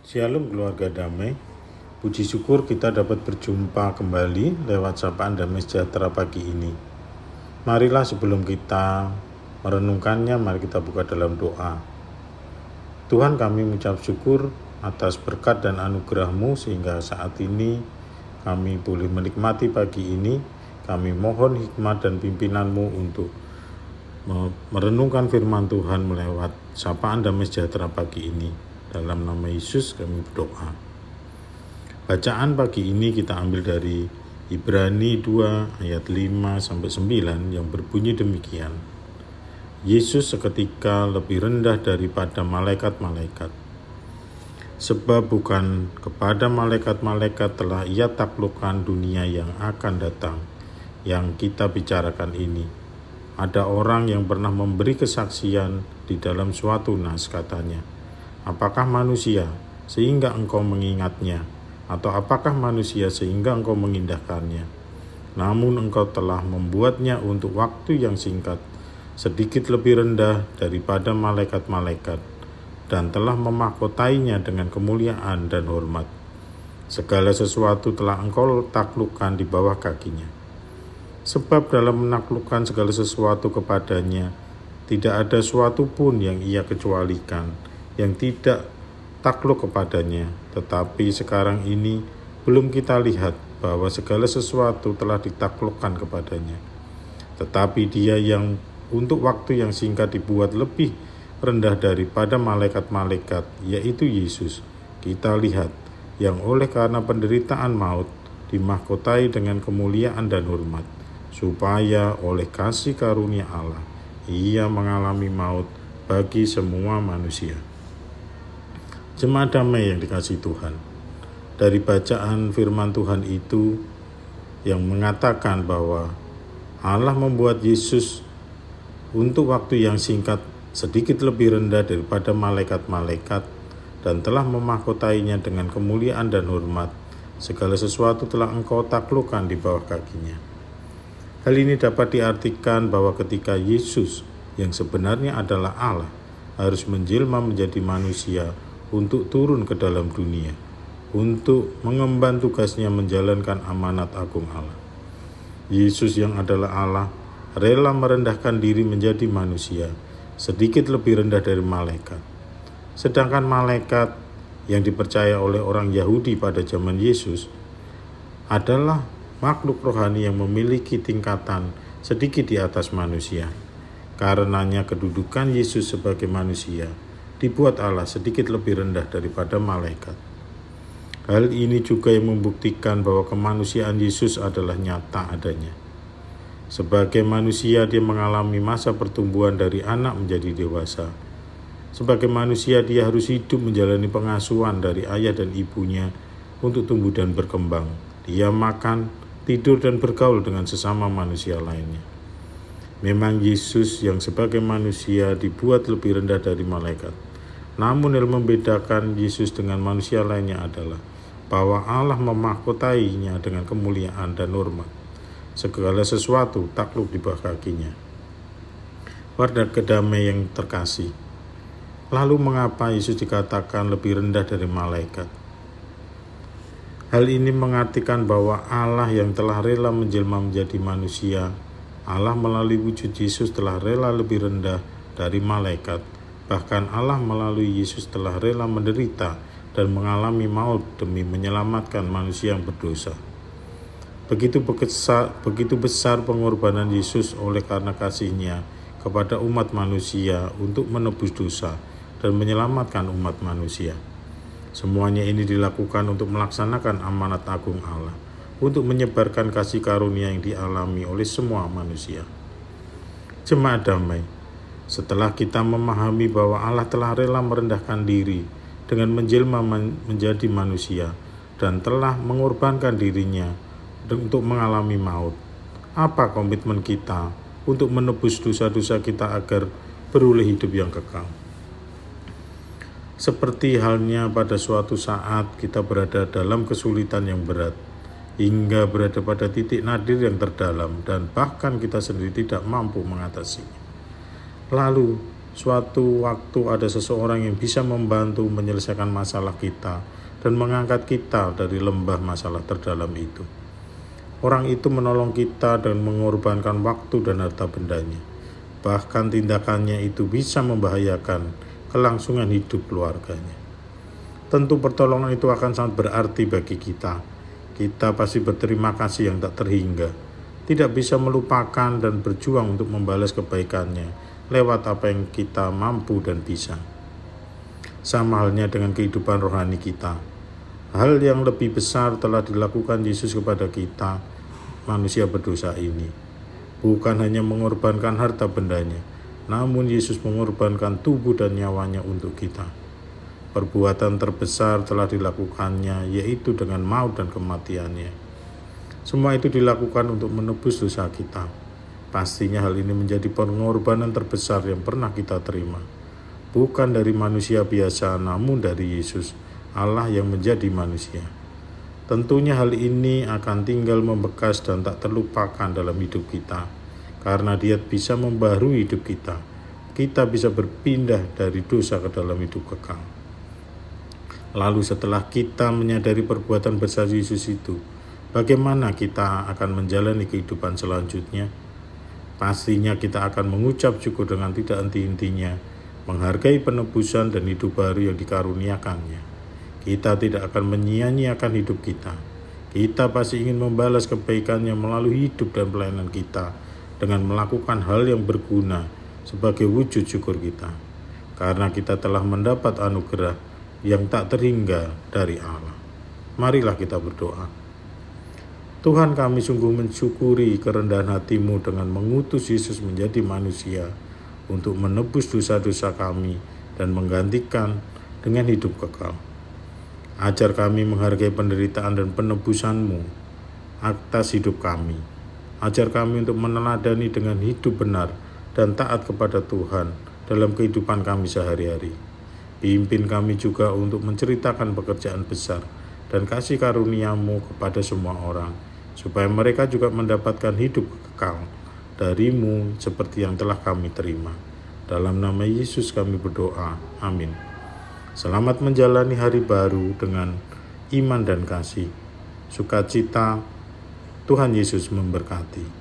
Shalom keluarga damai. Puji syukur kita dapat berjumpa kembali lewat sapaan damai sejahtera pagi ini. Marilah sebelum kita merenungkannya, mari kita buka dalam doa. Tuhan, kami mengucap syukur atas berkat dan anugerah-Mu sehingga saat ini kami boleh menikmati pagi ini. Kami mohon hikmat dan pimpinan-Mu untuk merenungkan firman Tuhan melewat sapaan damai sejahtera pagi ini. Dalam nama Yesus kami berdoa. Bacaan pagi ini kita ambil dari Ibrani 2 ayat 5-9 yang berbunyi demikian. Yesus seketika lebih rendah daripada malaikat-malaikat. Sebab bukan kepada malaikat-malaikat telah Ia taklukkan dunia yang akan datang, yang kita bicarakan ini. Ada orang yang pernah memberi kesaksian di dalam suatu nas, katanya, apakah manusia sehingga engkau mengingatnya, atau apakah manusia sehingga engkau mengindahkannya? Namun engkau telah membuatnya untuk waktu yang singkat, sedikit lebih rendah daripada malaikat-malaikat, dan telah memahkotainya dengan kemuliaan dan hormat. Segala sesuatu telah engkau taklukkan di bawah kakinya. Sebab dalam menaklukkan segala sesuatu kepadanya, tidak ada suatu pun yang Ia kecualikan, yang tidak takluk kepadanya. Tetapi sekarang ini belum kita lihat bahwa segala sesuatu telah ditaklukkan kepadanya. Tetapi Dia yang untuk waktu yang singkat dibuat lebih rendah daripada malaikat-malaikat, yaitu Yesus, kita lihat, yang oleh karena penderitaan maut dimahkotai dengan kemuliaan dan hormat, supaya oleh kasih karunia Allah Ia mengalami maut bagi semua manusia. Jemaat damai yang dikasihi Tuhan, dari bacaan firman Tuhan itu yang mengatakan bahwa Allah membuat Yesus untuk waktu yang singkat sedikit lebih rendah daripada malaikat-malaikat dan telah memahkotainya dengan kemuliaan dan hormat. Segala sesuatu telah engkau taklukkan di bawah kakinya. Hal ini dapat diartikan bahwa ketika Yesus yang sebenarnya adalah Allah harus menjelma menjadi manusia untuk turun ke dalam dunia, untuk mengemban tugasnya menjalankan amanat agung Allah. Yesus yang adalah Allah rela merendahkan diri menjadi manusia, sedikit lebih rendah dari malaikat. Sedangkan malaikat yang dipercaya oleh orang Yahudi pada zaman Yesus adalah makhluk rohani yang memiliki tingkatan sedikit di atas manusia. Karenanya kedudukan Yesus sebagai manusia dibuat Allah sedikit lebih rendah daripada malaikat. Hal ini juga yang membuktikan bahwa kemanusiaan Yesus adalah nyata adanya. Sebagai manusia, Dia mengalami masa pertumbuhan dari anak menjadi dewasa. Sebagai manusia, Dia harus hidup menjalani pengasuhan dari ayah dan ibunya untuk tumbuh dan berkembang. Dia makan, tidur, dan bergaul dengan sesama manusia lainnya. Memang Yesus yang sebagai manusia dibuat lebih rendah dari malaikat. Namun yang membedakan Yesus dengan manusia lainnya adalah bahwa Allah memahkotainya dengan kemuliaan dan hormat. Segala sesuatu takluk di bawah kakinya. Warga damai yang terkasih, lalu mengapa Yesus dikatakan lebih rendah dari malaikat? Hal ini mengartikan bahwa Allah yang telah rela menjelma menjadi manusia, Allah melalui wujud Yesus telah rela lebih rendah dari malaikat. Bahkan Allah melalui Yesus telah rela menderita dan mengalami maut demi menyelamatkan manusia yang berdosa. Begitu besar pengorbanan Yesus oleh karena kasih-Nya kepada umat manusia untuk menebus dosa dan menyelamatkan umat manusia. Semuanya ini dilakukan untuk melaksanakan amanat agung Allah, untuk menyebarkan kasih karunia yang dialami oleh semua manusia. Jemaat damai, setelah kita memahami bahwa Allah telah rela merendahkan diri dengan menjelma menjadi manusia dan telah mengorbankan dirinya untuk mengalami maut, apa komitmen kita untuk menebus dosa-dosa kita agar beroleh hidup yang kekal? Seperti halnya pada suatu saat kita berada dalam kesulitan yang berat, hingga berada pada titik nadir yang terdalam dan bahkan kita sendiri tidak mampu mengatasinya. Lalu Suatu waktu ada seseorang yang bisa membantu menyelesaikan masalah kita dan mengangkat kita dari lembah masalah terdalam itu. Orang itu menolong kita dan mengorbankan waktu dan harta bendanya. Bahkan tindakannya itu bisa membahayakan kelangsungan hidup keluarganya. Tentu pertolongan itu akan sangat berarti bagi kita. Kita pasti berterima kasih yang tak terhingga. Tidak bisa melupakan dan berjuang untuk membalas kebaikannya lewat apa yang kita mampu dan bisa. Sama halnya dengan kehidupan rohani kita. Hal yang lebih besar telah dilakukan Yesus kepada kita, manusia berdosa ini. Bukan hanya mengorbankan harta bendanya, namun Yesus mengorbankan tubuh dan nyawanya untuk kita. Perbuatan terbesar telah dilakukannya, yaitu dengan maut dan kematiannya. Semua itu dilakukan untuk menebus dosa kita. Pastinya hal ini menjadi pengorbanan terbesar yang pernah kita terima. Bukan dari manusia biasa, namun dari Yesus, Allah yang menjadi manusia. Tentunya hal ini akan tinggal membekas dan tak terlupakan dalam hidup kita, karena Dia bisa membaharui hidup kita. Kita bisa berpindah dari dosa ke dalam hidup kekal. Lalu setelah kita menyadari perbuatan besar Yesus itu, bagaimana kita akan menjalani kehidupan selanjutnya? Pastinya kita akan mengucap syukur dengan tidak henti-hentinya, menghargai penebusan dan hidup baru yang dikaruniakannya. Kita tidak akan menyia-nyiakan hidup kita. Kita pasti ingin membalas kebaikannya melalui hidup dan pelayanan kita dengan melakukan hal yang berguna sebagai wujud syukur kita. Karena kita telah mendapat anugerah yang tak terhingga dari Allah. Marilah kita berdoa. Tuhan, kami sungguh mensyukuri kerendahan hati-Mu dengan mengutus Yesus menjadi manusia untuk menebus dosa-dosa kami dan menggantikan dengan hidup kekal. Ajar kami menghargai penderitaan dan penebusan-Mu atas hidup kami. Ajar kami untuk meneladani dengan hidup benar dan taat kepada Tuhan dalam kehidupan kami sehari-hari. Pimpin kami juga untuk menceritakan pekerjaan besar dan kasih karunia-Mu kepada semua orang, supaya mereka juga mendapatkan hidup kekal dari-Mu seperti yang telah kami terima. Dalam nama Yesus kami berdoa. Amin. Selamat menjalani hari baru dengan iman dan kasih. Sukacita. Tuhan Yesus memberkati.